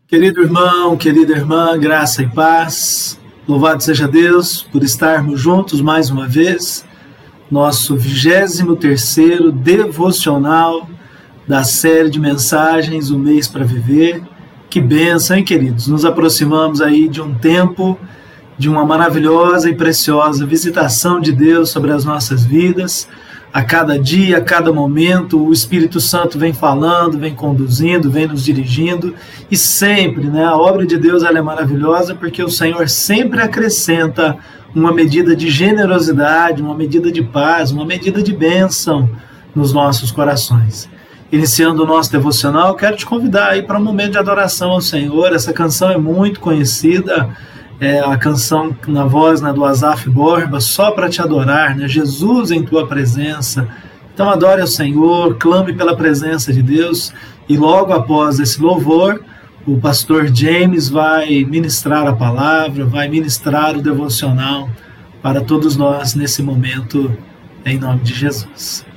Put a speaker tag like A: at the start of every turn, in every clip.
A: Querido irmão, querida irmã, graça e paz, louvado seja Deus por estarmos juntos mais uma vez, nosso 23º devocional da série de mensagens, O Mês para Viver. Que bênção, hein, queridos? Nos aproximamos aí de um tempo, de uma maravilhosa e preciosa visitação de Deus sobre as nossas vidas. A cada dia, a cada momento, o Espírito Santo vem falando, vem conduzindo, vem nos dirigindo, e sempre, a obra de Deus ela é maravilhosa porque o Senhor sempre acrescenta uma medida de generosidade, uma medida de paz, uma medida de bênção nos nossos corações. Iniciando o nosso devocional, quero te convidar aí para um momento de adoração ao Senhor. Essa canção é muito conhecida, é a canção na voz do Asaf Borba, Só para te adorar, Jesus em tua presença. Então adore ao Senhor, clame pela presença de Deus, e logo após esse louvor, o pastor James vai ministrar a palavra, vai ministrar o devocional para todos nós nesse momento, em nome de Jesus.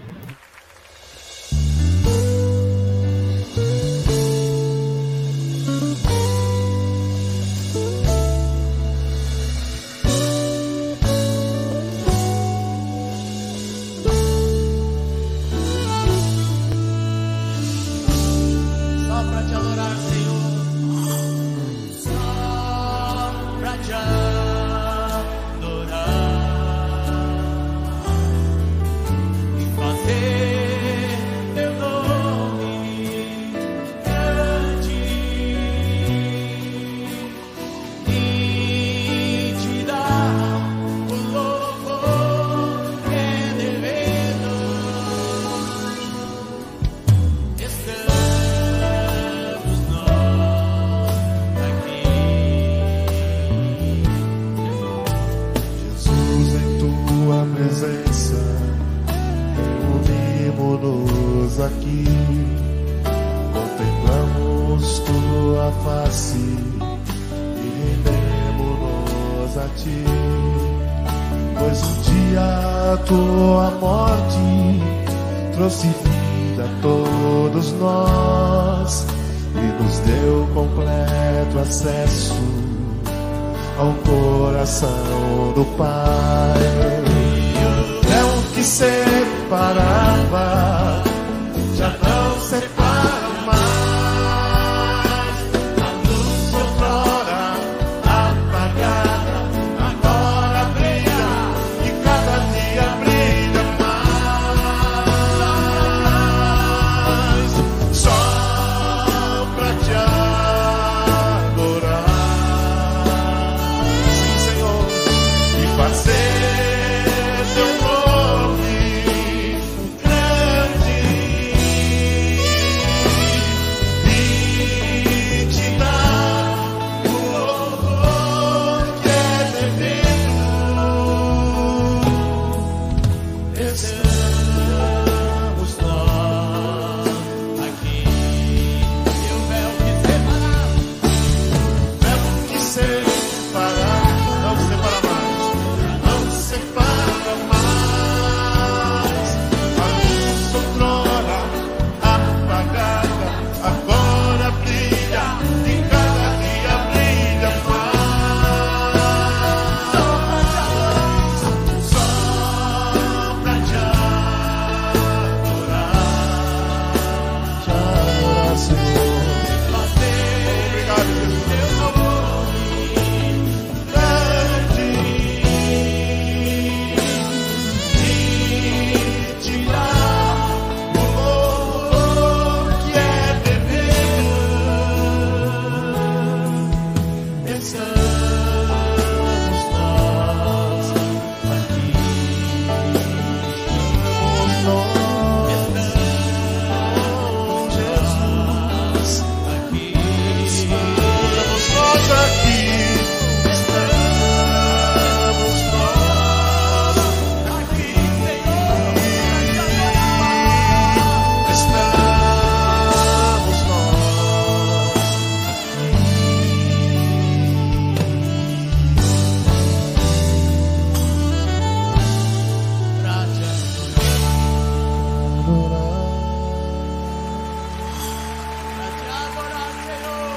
B: Reunimos-nos aqui, contemplamos tua face e rendemos-nos a ti, pois um dia a tua morte trouxe vida a todos nós e nos deu completo acesso ao coração do Pai. Que separava, já não separa mais. A luz outrora apagada, agora brilha e cada dia brilha mais. Só pra te adorar, sim, Senhor, e fazer teu nome grande.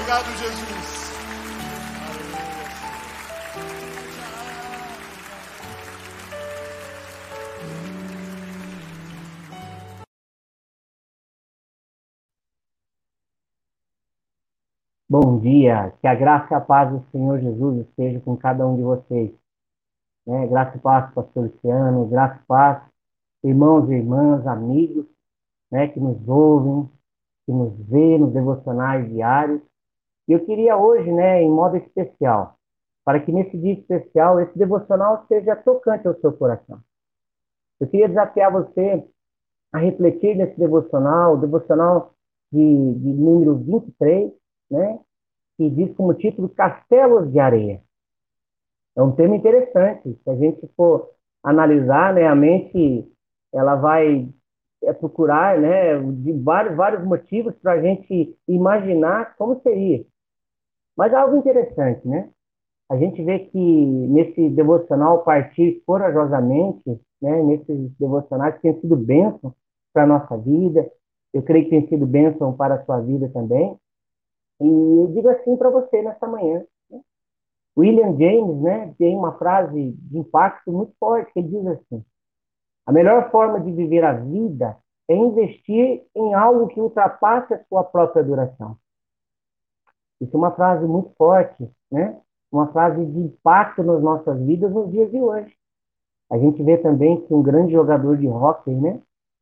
B: Obrigado, Jesus.
C: Bom dia, que a graça e a paz do Senhor Jesus esteja com cada um de vocês, né? Graça e paz, pastor Luciano, graça e paz, irmãos e irmãs, amigos, né, que nos ouvem, que nos vê nos devocionais diários. E eu queria hoje, né, em modo especial, para que nesse dia especial, esse devocional seja tocante ao seu coração. Eu queria desafiar você a refletir nesse devocional, o devocional de número 23, né? Que diz como título Castelos de Areia. É um tema interessante. Se a gente for analisar, né, a mente ela vai procurar, né, de vários motivos para a gente imaginar como seria. Mas é algo interessante, né? A gente vê que nesse devocional Partir Corajosamente, né, nesses devocionais que tem sido bênção para a nossa vida, eu creio que tem sido bênção para a sua vida também. E eu digo assim para você nessa manhã. William James, né, tem uma frase de impacto muito forte, que ele diz assim: a melhor forma de viver a vida é investir em algo que ultrapasse a sua própria duração. Isso é uma frase muito forte, né? Uma frase de impacto nas nossas vidas nos dias de hoje. A gente vê também que um grande jogador de hóquei, né,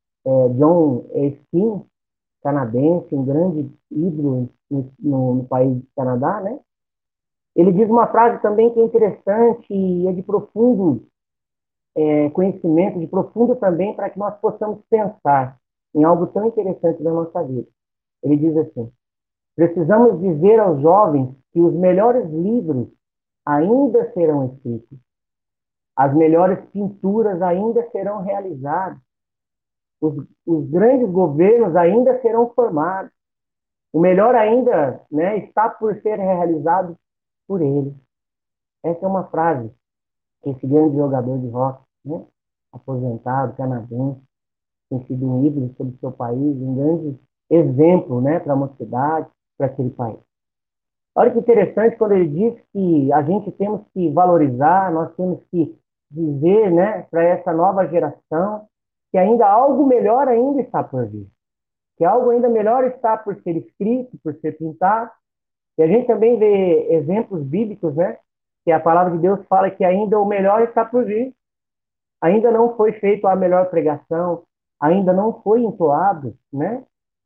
C: John Erskine, canadense, um grande ídolo no país do Canadá, né? Ele diz uma frase também que é interessante e é de profundo conhecimento, de profundo também, para que nós possamos pensar em algo tão interessante da nossa vida. Ele diz assim: precisamos dizer aos jovens que os melhores livros ainda serão escritos, as melhores pinturas ainda serão realizadas, os grandes governos ainda serão formados, o melhor ainda, né, está por ser realizado por eles. Essa é uma frase que esse grande jogador de rock, né, aposentado, canadense, tem sido um ídolo sobre o seu país, um grande exemplo, né, para a mocidade, para aquele país. Olha que interessante quando ele diz que a gente temos que valorizar, nós temos que dizer, né, para essa nova geração que ainda algo melhor ainda está por vir, que algo ainda melhor está por ser escrito, por ser pintado. E a gente também vê exemplos bíblicos, né, que a palavra de Deus fala que ainda o melhor está por vir. Ainda não foi feita a melhor pregação, ainda não foi entoado, né,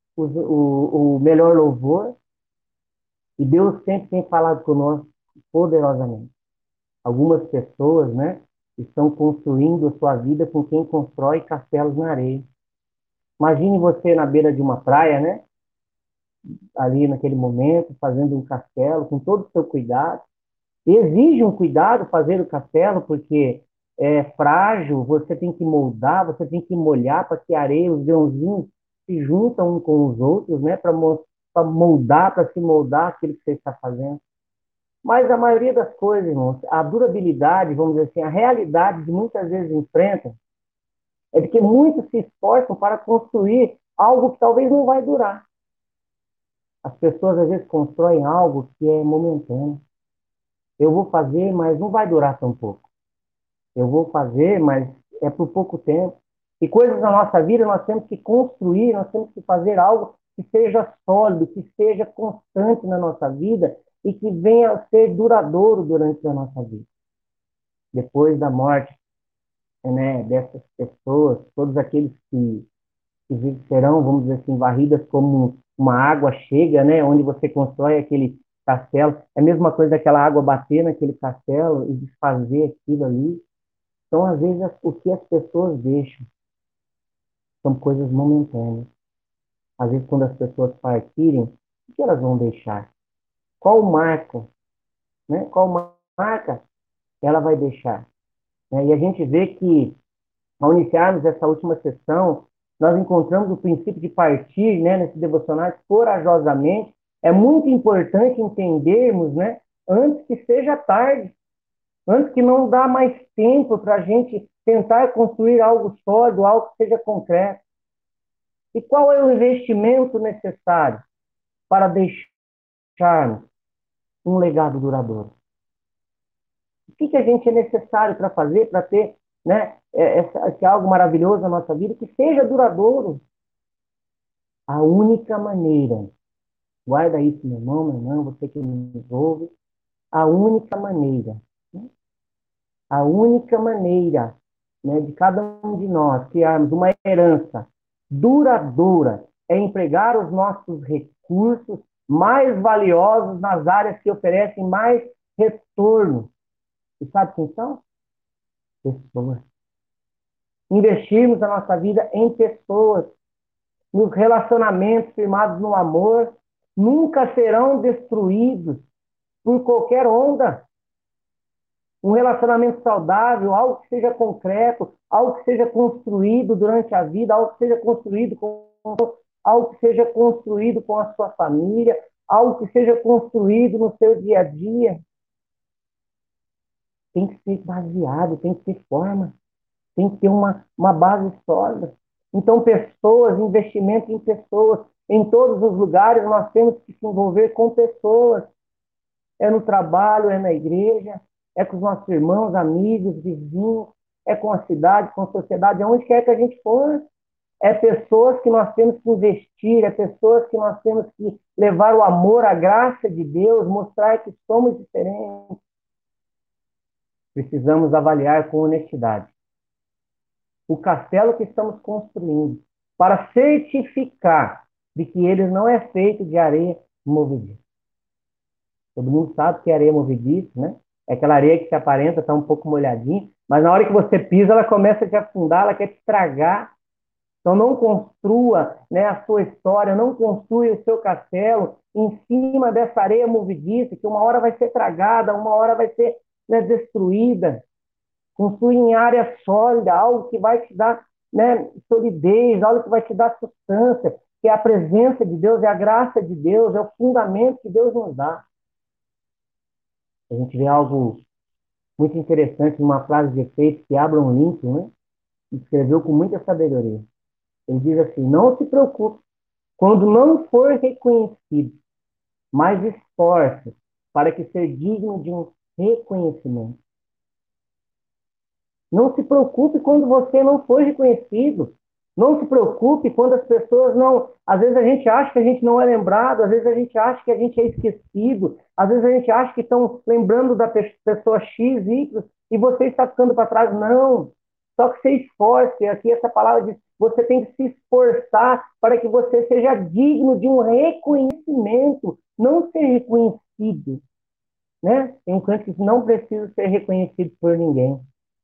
C: o melhor louvor, e Deus sempre tem falado conosco poderosamente. Algumas pessoas, né, estão construindo a sua vida com quem constrói castelos na areia. Imagine você na beira de uma praia, né, ali naquele momento, fazendo um castelo com todo o seu cuidado. Exige um cuidado fazer o castelo, porque é frágil, você tem que moldar, você tem que molhar para que a areia, os grãozinhos se juntam um com os outros, né, para moldar, para se moldar aquilo que você está fazendo. Mas a maioria das coisas, irmãos, a durabilidade, vamos dizer assim, a realidade que muitas vezes enfrentam é de que muitos se esforçam para construir algo que talvez não vai durar. As pessoas às vezes constroem algo que é momentâneo. Eu vou fazer, mas não vai durar tão pouco. Eu vou fazer, mas é por pouco tempo. E coisas na nossa vida nós temos que construir, nós temos que fazer algo que seja sólido, que seja constante na nossa vida e que venha a ser duradouro durante a nossa vida. Depois da morte, né, dessas pessoas, todos aqueles que serão, vamos dizer assim, varridas como uma água chega, né, onde você constrói aquele castelo. É a mesma coisa daquela água bater naquele castelo e desfazer aquilo ali. Então, às vezes, o que as pessoas deixam são coisas momentâneas. Às vezes, quando as pessoas partirem, o que elas vão deixar? Qual marca, né? Qual marca ela vai deixar? E a gente vê que, ao iniciarmos essa última sessão, nós encontramos o princípio de partir, né, nesse devocional corajosamente. É muito importante entendermos, né, antes que seja tarde, antes que não dá mais tempo para a gente tentar construir algo sólido, algo que seja concreto. E qual é o investimento necessário para deixar deixarmos um legado duradouro? O que a gente é necessário para fazer, para ter, né, esse algo maravilhoso na nossa vida, que seja duradouro? A única maneira, guarda isso, meu irmão, minha irmã, você que nos ouve, a única maneira, né, a única maneira, né, de cada um de nós criarmos uma herança duradoura é empregar os nossos recursos mais valiosos nas áreas que oferecem mais retorno. E sabe quem são? Pessoas. Investirmos a nossa vida em pessoas, nos relacionamentos firmados no amor, nunca serão destruídos por qualquer onda. Um relacionamento saudável, algo que seja concreto, algo que seja construído durante a vida, algo que seja construído algo que seja construído com a sua família, algo que seja construído no seu dia a dia. Tem que ser baseado, tem que ter forma, tem que ter uma base sólida. Então, pessoas, investimento em pessoas. Em todos os lugares nós temos que se envolver com pessoas. É no trabalho, é na igreja, é com os nossos irmãos, amigos, vizinhos, é com a cidade, com a sociedade, aonde quer que a gente for. É pessoas que nós temos que investir, é pessoas que nós temos que levar o amor, a graça de Deus, mostrar que somos diferentes. Precisamos avaliar com honestidade o castelo que estamos construindo para certificar de que ele não é feito de areia movediça. Todo mundo sabe que é areia movediça, né? É aquela areia que se aparenta, está um pouco molhadinha, mas na hora que você pisa, ela começa a te afundar, ela quer te estragar. Então não construa, né, a sua história, não construa o seu castelo em cima dessa areia movediça, que uma hora vai ser tragada, uma hora vai ser, né, destruída. Construa em área sólida, algo que vai te dar, né, solidez, algo que vai te dar substância, que é a presença de Deus, é a graça de Deus, é o fundamento que Deus nos dá. A gente vê algo muito interessante numa frase de efeito que Abraham Lincoln, né, escreveu com muita sabedoria. Ele diz assim: não se preocupe quando não for reconhecido, mas esforce para que ser digno de um reconhecimento. Não se preocupe quando você não for reconhecido. Não se preocupe quando as pessoas não... Às vezes a gente acha que a gente não é lembrado, às vezes a gente acha que a gente é esquecido, às vezes a gente acha que estão lembrando da pessoa X, Y, e você está ficando para trás. Não. Só que você esforce. Aqui essa palavra diz, você tem que se esforçar para que você seja digno de um reconhecimento, não ser reconhecido. Né? Tem um canto que diz, não precisa ser reconhecido por ninguém.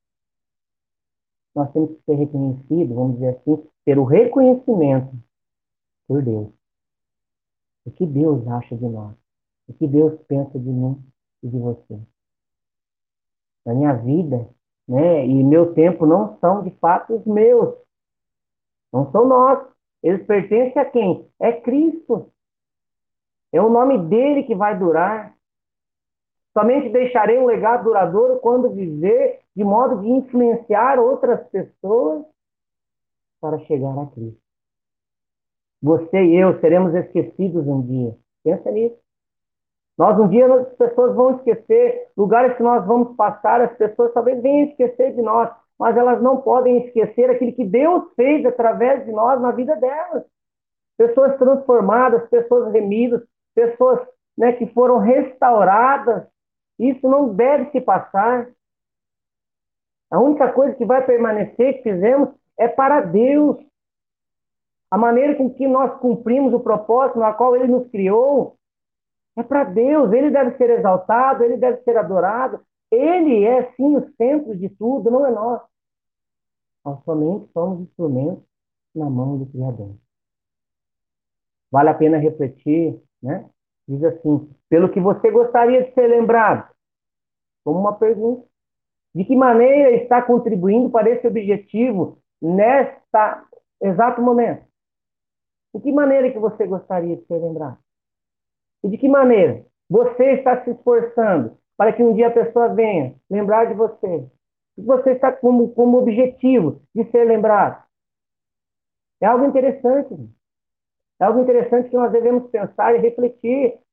C: Nós temos que ser reconhecidos, vamos dizer assim, ter o reconhecimento por Deus. O que Deus acha de nós. O que Deus pensa de mim e de você. Na minha vida, né, e meu tempo não são, de fato, os meus. Não são nossos. Eles pertencem a quem? É Cristo. É o nome dele que vai durar. Somente deixarei um legado duradouro quando viver de modo de influenciar outras pessoas para chegar a Cristo. Você e eu seremos esquecidos um dia. Pensa nisso. Nós um dia as pessoas vão esquecer, lugares que nós vamos passar, as pessoas talvez venham esquecer de nós, mas elas não podem esquecer aquilo que Deus fez através de nós na vida delas. Pessoas transformadas, pessoas remidas, pessoas, né, que foram restauradas. Isso não deve se passar. A única coisa que vai permanecer, que fizemos, é para Deus. A maneira com que nós cumprimos o propósito na qual Ele nos criou é para Deus. Ele deve ser exaltado, Ele deve ser adorado. Ele é, sim, o centro de tudo, não é nós. Nós somente somos instrumentos na mão do Criador. Vale a pena refletir, né? Diz assim, pelo que você gostaria de ser lembrado, como uma pergunta. De que maneira está contribuindo para esse objetivo nesta exato momento? De que maneira que você gostaria de ser lembrado? E de que maneira você está se esforçando para que um dia a pessoa venha lembrar de você? O que você está como objetivo de ser lembrado? É algo interessante. É algo interessante que nós devemos pensar e refletir.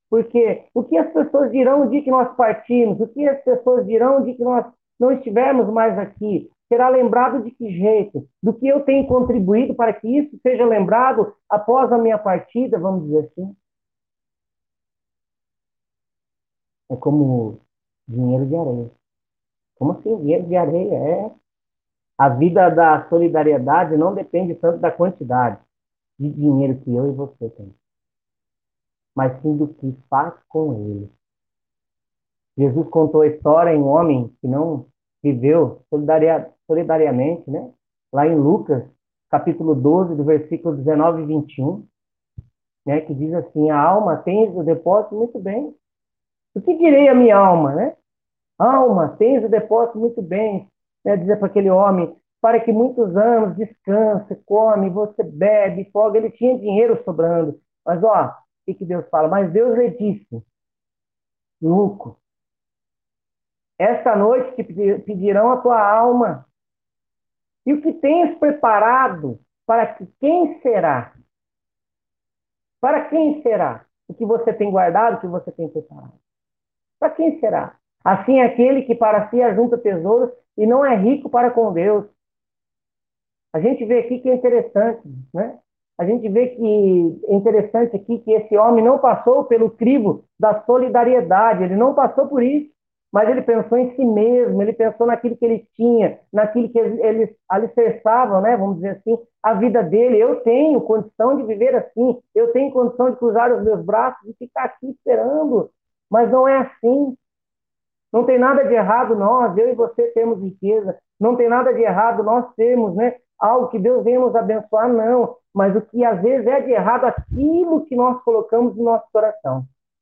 C: Porque o que as pessoas dirão o dia que nós partimos? O que as pessoas dirão o dia que nós não estivermos mais aqui? Será lembrado de que jeito? Do que eu tenho contribuído para que isso seja lembrado após a minha partida, vamos dizer assim? É como dinheiro de areia. Como assim, dinheiro de areia? A vida da solidariedade não depende tanto da quantidade de dinheiro que eu e você temos, mas sim do que faz com ele. Jesus contou a história em um homem que não viveu solidariamente, né? Lá em Lucas, capítulo 12, do versículo 19 e 21, né? Que diz assim, a alma tens o depósito muito bem. O que direi a minha alma, né? Alma, tens o depósito muito bem, né? Dizer para aquele homem, para que muitos anos descanse, come, você bebe, folga. Ele tinha dinheiro sobrando. Mas, ó, o que Deus fala? Mas Deus lhe disse, Lucas, esta noite te pedirão a tua alma. E o que tens preparado para que quem será? Para quem será? O que você tem guardado, o que você tem preparado? Para quem será? Assim é aquele que para si ajunta tesouros e não é rico para com Deus. A gente vê aqui que é interessante, né? A gente vê que é interessante aqui que esse homem não passou pelo crivo da solidariedade, ele não passou por isso, mas ele pensou em si mesmo, ele pensou naquilo que ele tinha, naquilo que eles alicerçavam, né? Vamos dizer assim, a vida dele. Eu tenho condição de viver assim, eu tenho condição de cruzar os meus braços e ficar aqui esperando, mas não é assim. Não tem nada de errado nós, eu e você temos riqueza. Não tem nada de errado nós termos, né, algo que Deus venha nos abençoar, não. Mas o que às vezes é de errado, aquilo que nós colocamos no nosso coração.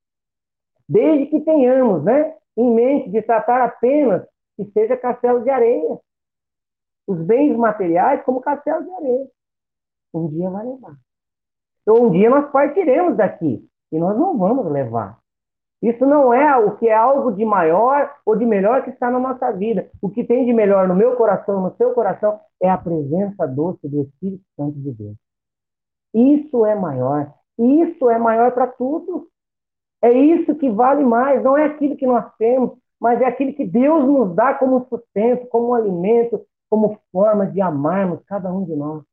C: Desde que tenhamos, né, em mente de tratar apenas que seja castelo de areia. Os bens materiais como castelo de areia. Um dia vai levar. Então, um dia nós partiremos daqui e nós não vamos levar. Isso não é o que é algo de maior ou de melhor que está na nossa vida. O que tem de melhor no meu coração, no seu coração, é a presença doce do Espírito Santo de Deus. Isso é maior. Isso é maior para tudo. É isso que vale mais. Não é aquilo que nós temos, mas é aquilo que Deus nos dá como sustento, como alimento, como forma de amarmos cada um de nós.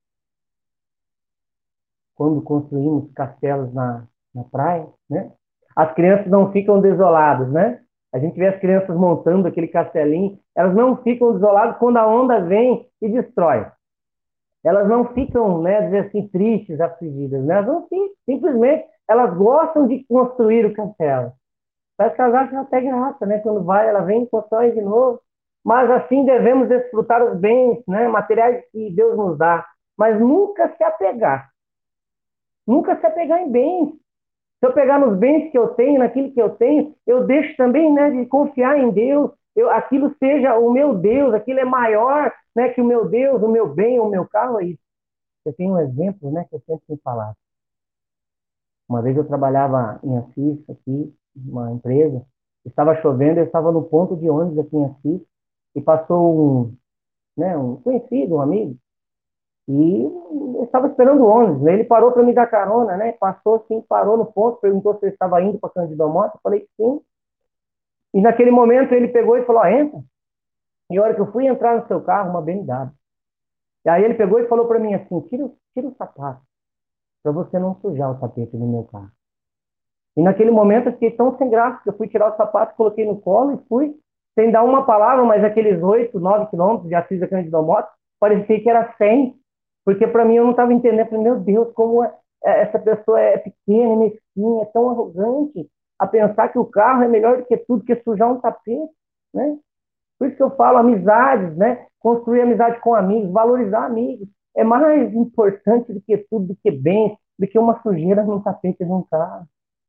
C: Quando construímos castelos na praia, né? As crianças não ficam desoladas, né? A gente vê as crianças montando aquele castelinho, elas não ficam desoladas quando a onda vem e destrói. Elas não ficam, né, dizer assim, tristes, afligidas, né? Elas não ficam, simplesmente, elas gostam de construir o castelo. Parece que elas acham até graça, né? Quando vai, ela vem e constrói de novo. Mas assim devemos desfrutar os bens, né, materiais que Deus nos dá, mas nunca se apegar. Nunca se apegar em bens. Se eu pegar nos bens que eu tenho, naquilo que eu tenho, eu deixo também, né, de confiar em Deus. Aquilo seja o meu Deus, aquilo é maior, né, que o meu Deus, o meu bem, o meu carro, é isso. Eu tenho um exemplo, né, que eu sempre tenho falado. Uma vez eu trabalhava em Assis, aqui, uma empresa, estava chovendo, eu estava no ponto de ônibus aqui em Assis, e passou um conhecido, um amigo, e eu estava esperando o ônibus, né? Ele parou para me dar carona, né? Passou assim, parou no ponto, perguntou se eu estava indo para Cândido Mota, eu falei que sim. E naquele momento ele pegou e falou, entra. E a hora que eu fui entrar no seu carro, uma BMW. E aí ele pegou e falou para mim assim, tira o sapato, para você não sujar o tapete do meu carro. E naquele momento eu fiquei tão sem graça, que eu fui tirar o sapato, coloquei no colo e fui, sem dar uma palavra, mas aqueles 8, 9 quilômetros de Assis a Cândido Mota, parecia que era 100. Porque para mim eu não estava entendendo, falei, meu Deus, como essa pessoa é pequena, é mesquinha, é tão arrogante a pensar que o carro é melhor do que tudo, que sujar um tapete, né? Por isso que eu falo amizades, né? Construir amizade com amigos, valorizar amigos. É mais importante do que tudo, do que bens, do que uma sujeira num tapete de um carro.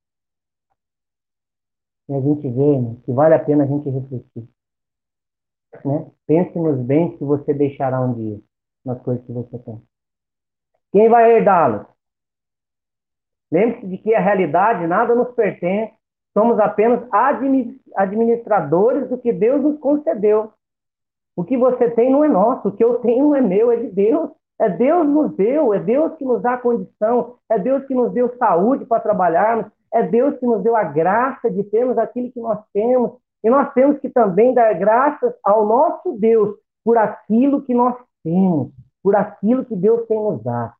C: E a gente vê, né, que vale a pena a gente refletir, né? Pense nos bens que você deixará um dia, nas coisas que você tem. Quem vai herdá-los? Lembre-se de que a realidade nada nos pertence, somos apenas administradores do que Deus nos concedeu. O que você tem não é nosso, o que eu tenho não é meu, é de Deus. É Deus nos deu, é Deus que nos dá a condição, é Deus que nos deu saúde para trabalharmos, É Deus que nos deu a graça de termos aquilo que nós temos. E nós temos que também dar graças ao nosso Deus por aquilo que nós temos, por aquilo que Deus tem nos dado.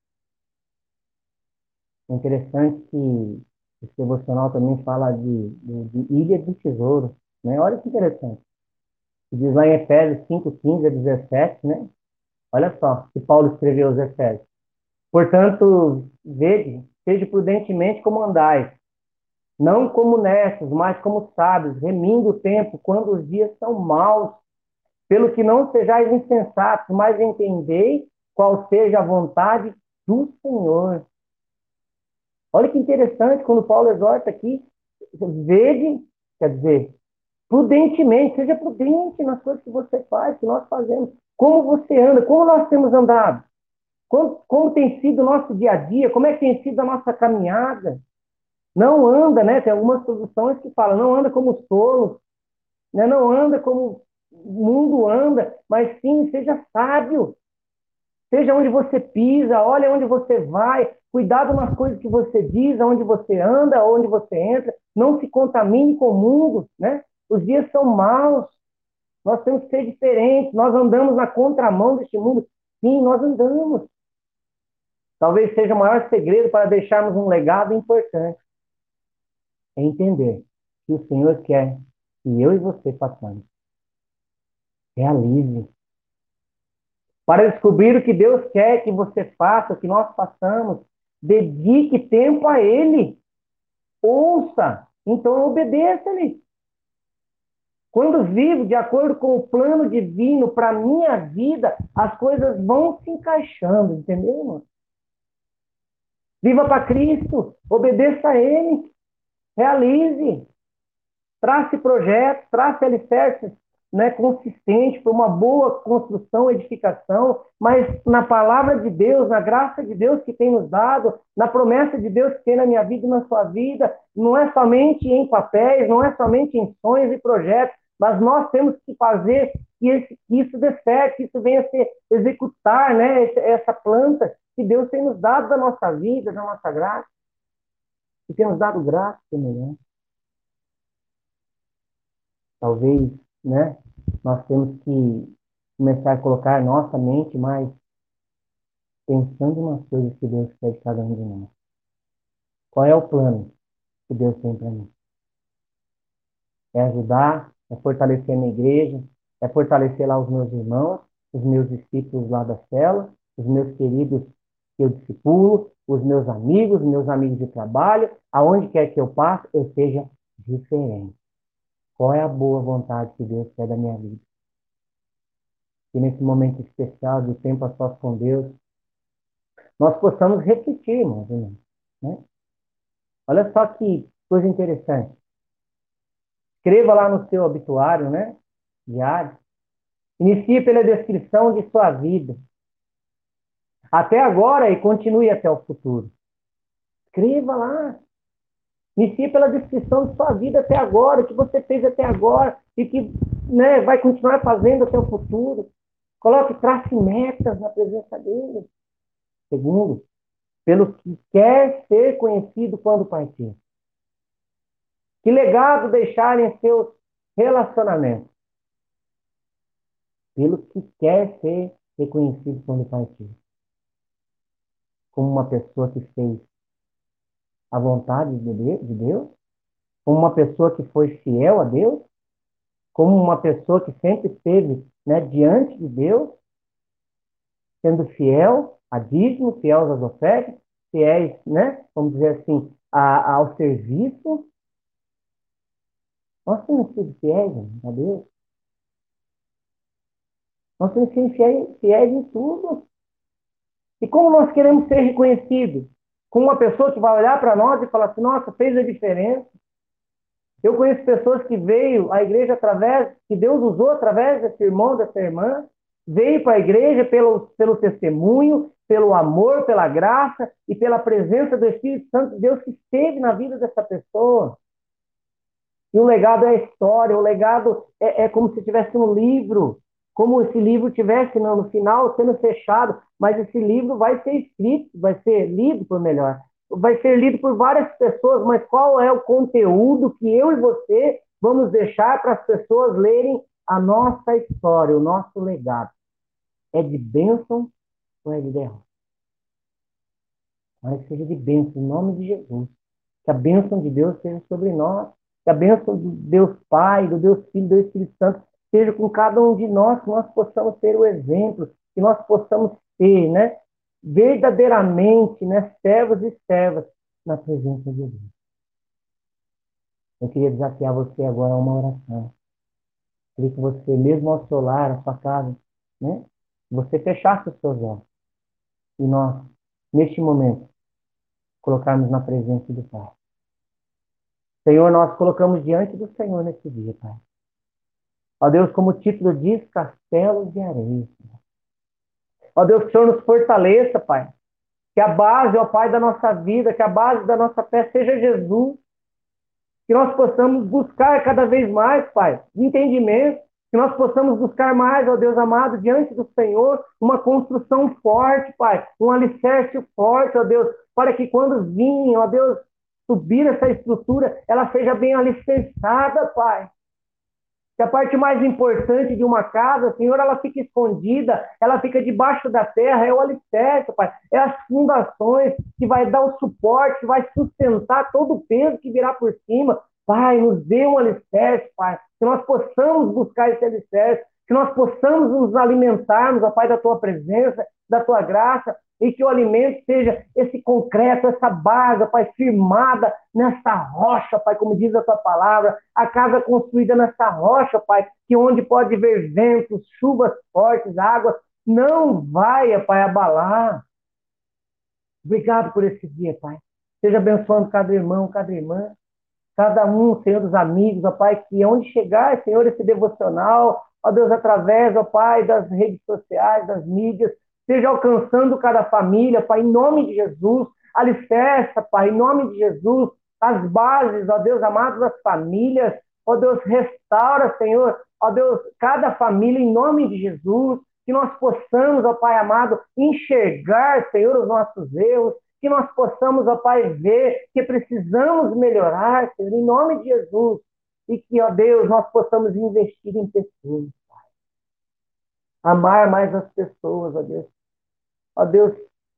C: É interessante que esse devocional também fala de ilha de tesouro, né? Olha que interessante. Diz lá em Efésios 5:15 a 17, né? Olha só, que Paulo escreveu aos Efésios. Portanto, vede, seja prudentemente como andais, não como necios, mas como sábios, remindo o tempo, quando os dias são maus, pelo que não sejais insensatos, mas entendei qual seja a vontade do Senhor. Olha que interessante, quando Paulo exorta aqui, vede, quer dizer, prudentemente, seja prudente nas coisas que você faz, que nós fazemos. Como você anda, como nós temos andado, como tem sido o nosso dia a dia, como é que tem sido a nossa caminhada. Não anda, né? Tem algumas traduções que falam, não anda como os tolos, né? Não anda como o mundo anda, mas sim, seja sábio. Seja onde você pisa, olha onde você vai, cuidado nas coisas que você diz, aonde você anda, onde você entra, não se contamine com o mundo, né? Os dias são maus, nós temos que ser diferentes, nós andamos na contramão deste mundo. Sim, nós andamos. Talvez seja o maior segredo para deixarmos um legado importante. É entender que o Senhor quer que eu e você façamos. Realize. Para descobrir o que Deus quer que você faça, que nós façamos, dedique tempo a Ele. Ouça. Então obedeça-lhe. Quando vivo de acordo com o plano divino para a minha vida, as coisas vão se encaixando, entendeu, irmão? Viva para Cristo, obedeça a Ele, realize, trace projetos, trace alicerces, né, consistentes para uma boa construção, edificação, mas na palavra de Deus, na graça de Deus que tem nos dado, na promessa de Deus que tem na minha vida e na sua vida, não é somente em papéis, não é somente em sonhos e projetos, mas nós temos que fazer que isso dê certo, que isso venha a se executar, né, essa planta que Deus tem nos dado da nossa vida, da nossa graça, e tem nos dado graça semelhante. Talvez, né, nós temos que começar a colocar nossa mente mais pensando nas coisas que Deus quer de cada um de nós. Qual é o plano que Deus tem para mim? É ajudar, é fortalecer a minha igreja, é fortalecer lá os meus irmãos, os meus discípulos lá da cela, os meus queridos que eu discipulo, os meus amigos de trabalho, aonde quer que eu passe, eu seja diferente. Qual é a boa vontade que Deus quer da minha vida? E nesse momento especial de tempo a sós com Deus, nós possamos refletir, irmãos, né? Olha só que coisa interessante. Escreva lá no seu obituário, né? Diário. Inicie pela descrição de sua vida. Até agora e continue até o futuro. Escreva lá. Inicie pela descrição de sua vida até agora, o que você fez até agora e que, né, vai continuar fazendo até o futuro. Coloque, trace metas na presença dele. Segundo, pelo que quer ser conhecido quando partir. Que legado deixar em seus relacionamentos? Pelo que quer ser reconhecido quando partir. Como uma pessoa que fez a vontade de Deus, como uma pessoa que foi fiel a Deus, como uma pessoa que sempre esteve, né, diante de Deus, sendo fiel a dízimo, fiel às ofertas, fiéis, né, vamos dizer assim, ao serviço. Nós temos sido fiéis a Deus. Nós temos sido fiéis em tudo. E como nós queremos ser reconhecidos? Com uma pessoa que vai olhar para nós e falar assim, nossa, fez a diferença. Eu conheço pessoas que veio à igreja que Deus usou através desse irmão, dessa irmã, veio para a igreja pelo testemunho, pelo amor, pela graça e pela presença do Espírito Santo de Deus que esteve na vida dessa pessoa. E o legado é a história, o legado é como se tivesse um livro, como esse livro tivesse no final sendo fechado, mas esse livro vai ser escrito, vai ser lido por melhor. vai ser lido por várias pessoas, mas qual é o conteúdo que eu e você vamos deixar para as pessoas lerem a nossa história, o nosso legado? É de bênção ou é de derrota? Mas que seja de bênção, em nome de Jesus. Que a bênção de Deus seja sobre nós. Que a bênção do Deus Pai, do Deus Filho, do Deus Espírito Santo seja com cada um de nós, que nós possamos ter o exemplo, que nós possamos ser, né, verdadeiramente, né, servos e servas na presença de Deus. Eu queria desafiar você agora a uma oração. Queria que você, mesmo ao seu lar, à sua casa, né, você fechasse os seus olhos. E nós, neste momento, colocarmos na presença do Pai. Senhor, nós colocamos diante do Senhor nesse dia, Pai. Ó Deus, como o título diz, castelos de areia. Ó Deus, que o Senhor nos fortaleça, Pai. Que a base, ó Pai, da nossa vida, que a base da nossa fé seja Jesus. Que nós possamos buscar cada vez mais, Pai, entendimento. Que nós possamos buscar mais, ó Deus amado, diante do Senhor, uma construção forte, Pai. Um alicerce forte, ó Deus, para que quando virem, ó Deus, subir essa estrutura, ela seja bem alicerçada, Pai. Que a parte mais importante de uma casa, Senhor, ela fica escondida, ela fica debaixo da terra, é o alicerce, Pai. É as fundações que vai dar o suporte, que vai sustentar todo o peso que virá por cima. Pai, nos dê um alicerce, Pai. Que nós possamos buscar esse alicerce, que nós possamos nos alimentarmos, ó Pai, da Tua presença, da Tua graça, e que o alimento seja esse concreto, essa base, Pai, firmada nessa rocha, Pai, como diz a Tua palavra, a casa construída nessa rocha, Pai, que onde pode ver ventos, chuvas fortes, águas, não vai, Pai, abalar. Obrigado por esse dia, Pai. Seja abençoando cada irmão, cada irmã, cada um, Senhor, dos amigos, ó Pai, que onde chegar, Senhor, esse devocional, ó Deus, através, ó Pai, das redes sociais, das mídias, seja alcançando cada família, Pai, em nome de Jesus, alicerça, Pai, em nome de Jesus, as bases, ó Deus amado, das famílias, ó Deus, restaura, Senhor, ó Deus, cada família, em nome de Jesus, que nós possamos, ó Pai amado, enxergar, Senhor, os nossos erros, que nós possamos, ó Pai, ver que precisamos melhorar, Senhor, em nome de Jesus, e que, ó Deus, nós possamos investir em pessoas, Pai. Amar mais as pessoas, ó Deus. Ó Deus,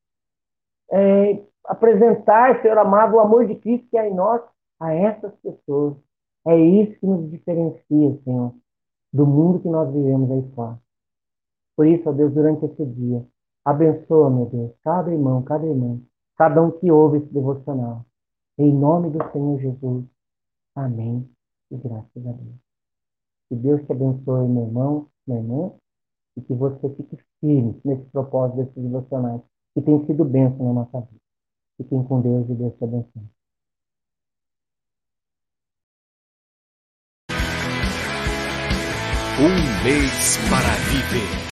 C: apresentar, Senhor amado, o amor de Cristo que há em nós a essas pessoas. É isso que nos diferencia, Senhor, do mundo que nós vivemos aí fora. Por isso, ó Deus, durante esse dia, abençoa, meu Deus, cada irmão, cada irmã, cada um que ouve esse devocional. Em nome do Senhor Jesus. Amém. E graças a Deus. Que Deus te abençoe, meu irmão, minha irmã, e que você fique firme nesse propósito desses devocionais, que tem sido bênção na nossa vida. Fiquem com Deus e Deus te abençoe.
D: Um mês para viver.